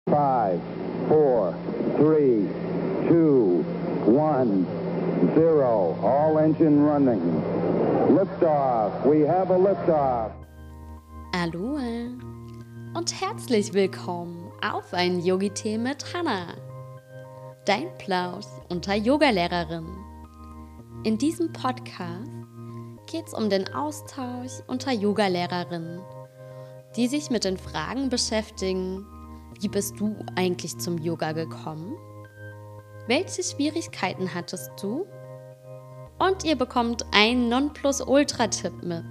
5, 4, 3, 2, 1, 0. All engine running. Liftoff. We have a liftoff. Aloha und herzlich willkommen auf ein Yogi-Tee mit Hannah, dein Plausch unter Yogalehrerin. In diesem Podcast geht es um den Austausch unter Yogalehrerinnen, die sich mit den Fragen beschäftigen: Wie bist du eigentlich zum Yoga gekommen? Welche Schwierigkeiten hattest du? Und ihr bekommt einen Nonplusultra-Tipp mit.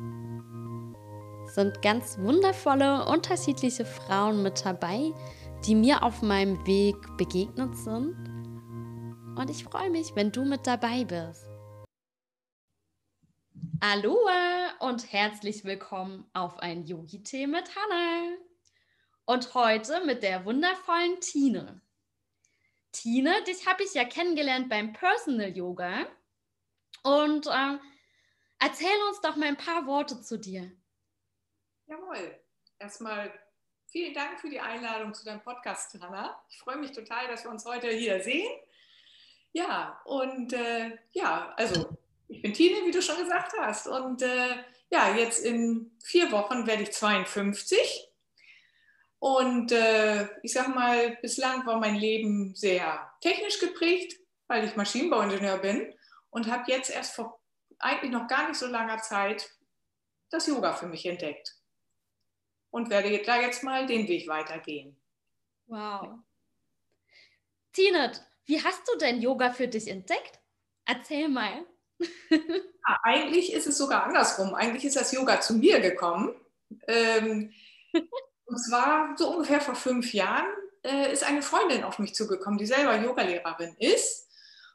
Es sind ganz wundervolle, unterschiedliche Frauen mit dabei, die mir auf meinem Weg begegnet sind. Und ich freue mich, wenn du mit dabei bist. Aloha und herzlich willkommen auf ein Yogi-Tee mit Hannah. Und heute mit der wundervollen Tine. Tine, dich habe ich ja kennengelernt beim Personal Yoga. Und erzähl uns doch mal ein paar Worte zu dir. Jawohl. Erstmal vielen Dank für die Einladung zu deinem Podcast, Hannah. Ich freue mich total, dass wir uns heute hier sehen. Ja, und also ich bin Tine, wie du schon gesagt hast. Und jetzt in 4 Wochen werde ich 52. Und ich sag mal, bislang war mein Leben sehr technisch geprägt, weil ich Maschinenbauingenieur bin und habe jetzt erst vor eigentlich noch gar nicht so langer Zeit das Yoga für mich entdeckt und werde da jetzt mal den Weg weitergehen. Wow. Tine, wie hast du denn Yoga für dich entdeckt? Erzähl mal. Ja, eigentlich ist es sogar andersrum. Eigentlich ist das Yoga zu mir gekommen. Und zwar so ungefähr vor 5 Jahren ist eine Freundin auf mich zugekommen, die selber Yogalehrerin ist.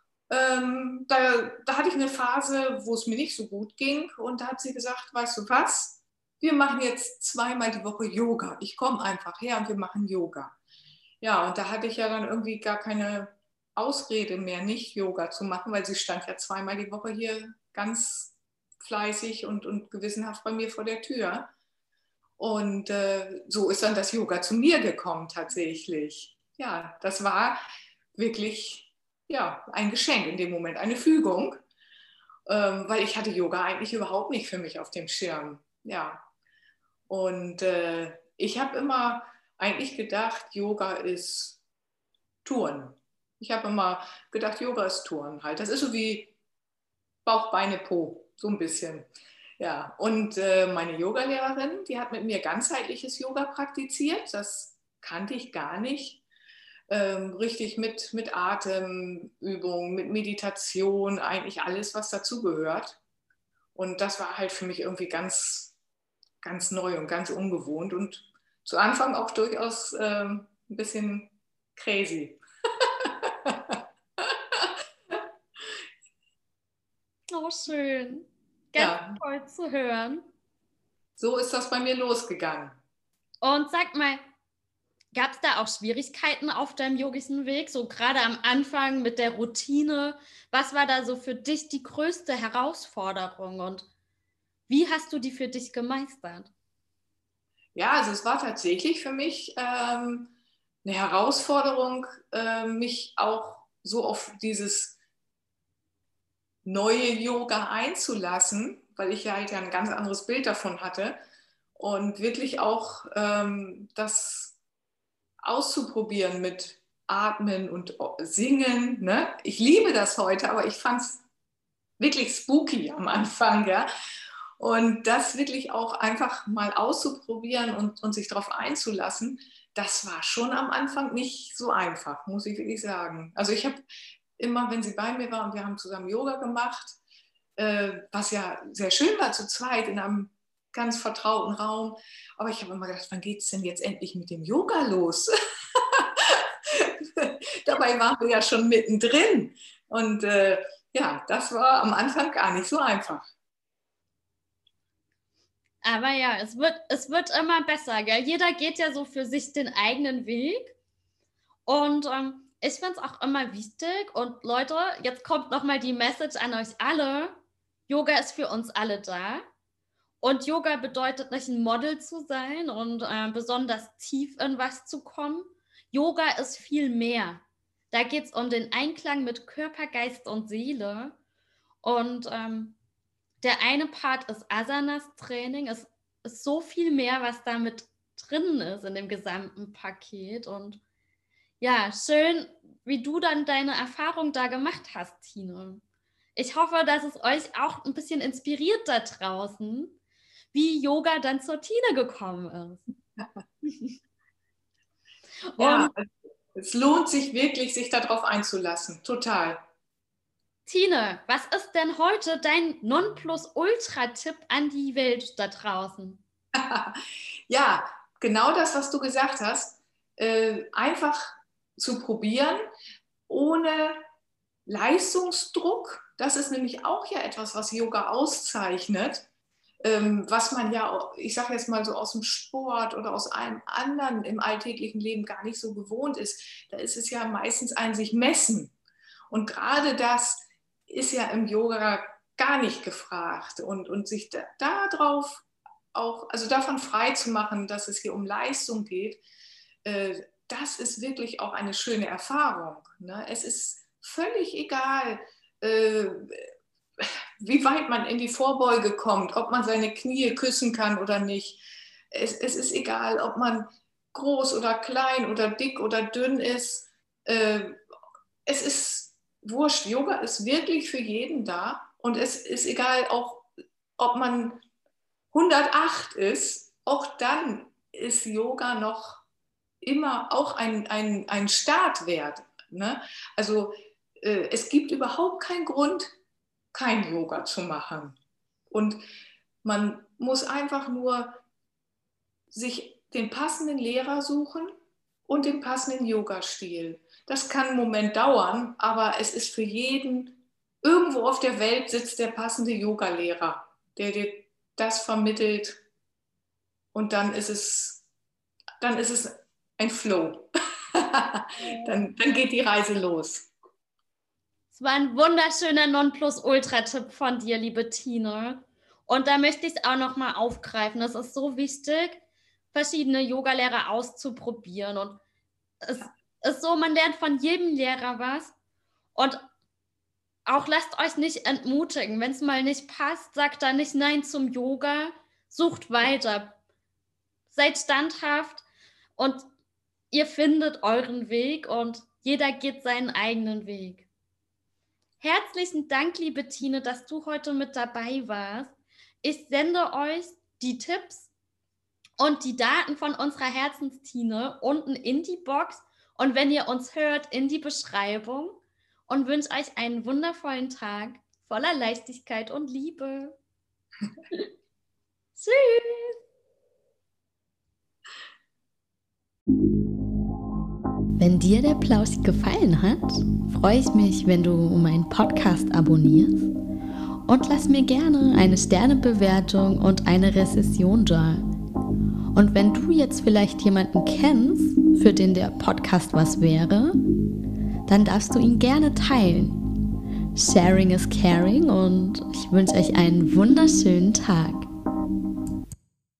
Da hatte ich eine Phase, wo es mir nicht so gut ging, und da hat sie gesagt, weißt du was, wir machen jetzt 2-mal die Woche Yoga. Ich komme einfach her und wir machen Yoga. Ja, und da hatte ich ja dann irgendwie gar keine Ausrede mehr, nicht Yoga zu machen, weil sie stand ja 2-mal die Woche hier ganz fleißig und gewissenhaft bei mir vor der Tür. Und so ist dann das Yoga zu mir gekommen tatsächlich. Ja, das war wirklich ein Geschenk in dem Moment, eine Fügung, weil ich hatte Yoga eigentlich überhaupt nicht für mich auf dem Schirm. Ja, und ich habe immer eigentlich gedacht, Yoga ist Touren. Ich habe immer gedacht, Yoga ist Touren halt. Das ist so wie Bauch, Beine, Po, so ein bisschen. Ja, und meine Yogalehrerin, die hat mit mir ganzheitliches Yoga praktiziert. Das kannte ich gar nicht. Richtig mit Atemübungen, mit Meditation, eigentlich alles, was dazugehört. Und das war halt für mich irgendwie ganz, ganz neu und ganz ungewohnt und zu Anfang auch durchaus ein bisschen crazy. Oh, schön. Ganz toll zu hören. So ist das bei mir losgegangen. Und sag mal, gab es da auch Schwierigkeiten auf deinem yogischen Weg, so gerade am Anfang mit der Routine? Was war da so für dich die größte Herausforderung und wie hast du die für dich gemeistert? Ja, also es war tatsächlich für mich eine Herausforderung, mich auch so auf dieses neue Yoga einzulassen, weil ich ja halt ein ganz anderes Bild davon hatte und wirklich auch das auszuprobieren mit Atmen und Singen. Ne? Ich liebe das heute, aber ich fand es wirklich spooky am Anfang, ja. Und das wirklich auch einfach mal auszuprobieren und sich darauf einzulassen, das war schon am Anfang nicht so einfach, muss ich wirklich sagen. Also ich habe immer, wenn sie bei mir war und wir haben zusammen Yoga gemacht, was ja sehr schön war zu zweit in einem ganz vertrauten Raum, aber ich habe immer gedacht, wann geht es denn jetzt endlich mit dem Yoga los? Dabei waren wir ja schon mittendrin. Und das war am Anfang gar nicht so einfach. Aber ja, es wird immer besser, gell? Jeder geht ja so für sich den eigenen Weg. Und ich finde es auch immer wichtig. Und Leute, jetzt kommt nochmal die Message an euch alle. Yoga ist für uns alle da. Und Yoga bedeutet nicht ein Model zu sein und besonders tief in was zu kommen, Yoga ist viel mehr. Da geht es um den Einklang mit Körper, Geist und Seele. Und der eine Part ist Asanas-Training. Es ist so viel mehr, was da mit drin ist in dem gesamten Paket. Und ja, schön, wie du dann deine Erfahrung da gemacht hast, Tine. Ich hoffe, dass es euch auch ein bisschen inspiriert da draußen, wie Yoga dann zur Tine gekommen ist. Ja, es lohnt sich wirklich, sich darauf einzulassen. Total. Tine, was ist denn heute dein Nonplusultra-Tipp an die Welt da draußen? Ja, genau das, was du gesagt hast. Einfach zu probieren, ohne Leistungsdruck. Das ist nämlich auch ja etwas, was Yoga auszeichnet, was man ja, ich sage jetzt mal so aus dem Sport oder aus einem anderen im alltäglichen Leben gar nicht so gewohnt ist. Da ist es ja meistens ein sich messen. Und gerade das ist ja im Yoga gar nicht gefragt. Und sich darauf auch, also davon frei zu machen, dass es hier um Leistung geht, das ist wirklich auch eine schöne Erfahrung. Ne? Es ist völlig egal, wie weit man in die Vorbeuge kommt, ob man seine Knie küssen kann oder nicht. Es ist egal, ob man groß oder klein oder dick oder dünn ist. Es ist wurscht. Yoga ist wirklich für jeden da. Und es ist egal, auch ob man 108 ist, auch dann ist Yoga noch immer auch ein Startwert. Ne? Also es gibt überhaupt keinen Grund, kein Yoga zu machen. Und man muss einfach nur sich den passenden Lehrer suchen und den passenden Yoga-Stil. Das kann einen Moment dauern, aber es ist für jeden, irgendwo auf der Welt sitzt der passende Yoga-Lehrer, der dir das vermittelt, und dann ist es ein Flow. dann geht die Reise los. Es war ein wunderschöner Nonplusultra-Tipp von dir, liebe Tine. Und da möchte ich es auch nochmal aufgreifen. Es ist so wichtig, verschiedene Yogalehrer auszuprobieren. Und es ist so, man lernt von jedem Lehrer was. Und auch lasst euch nicht entmutigen. Wenn es mal nicht passt, sagt da nicht Nein zum Yoga. Sucht weiter. Seid standhaft und ihr findet euren Weg und jeder geht seinen eigenen Weg. Herzlichen Dank, liebe Tine, dass du heute mit dabei warst. Ich sende euch die Tipps und die Daten von unserer Herzenstine unten in die Box und wenn ihr uns hört, in die Beschreibung und wünsche euch einen wundervollen Tag voller Leichtigkeit und Liebe. Tschüss! Wenn dir der Plausch gefallen hat, freue ich mich, wenn du meinen Podcast abonnierst und lass mir gerne eine Sternebewertung und eine Rezession da. Und wenn du jetzt vielleicht jemanden kennst, für den der Podcast was wäre, dann darfst du ihn gerne teilen. Sharing is caring und ich wünsche euch einen wunderschönen Tag.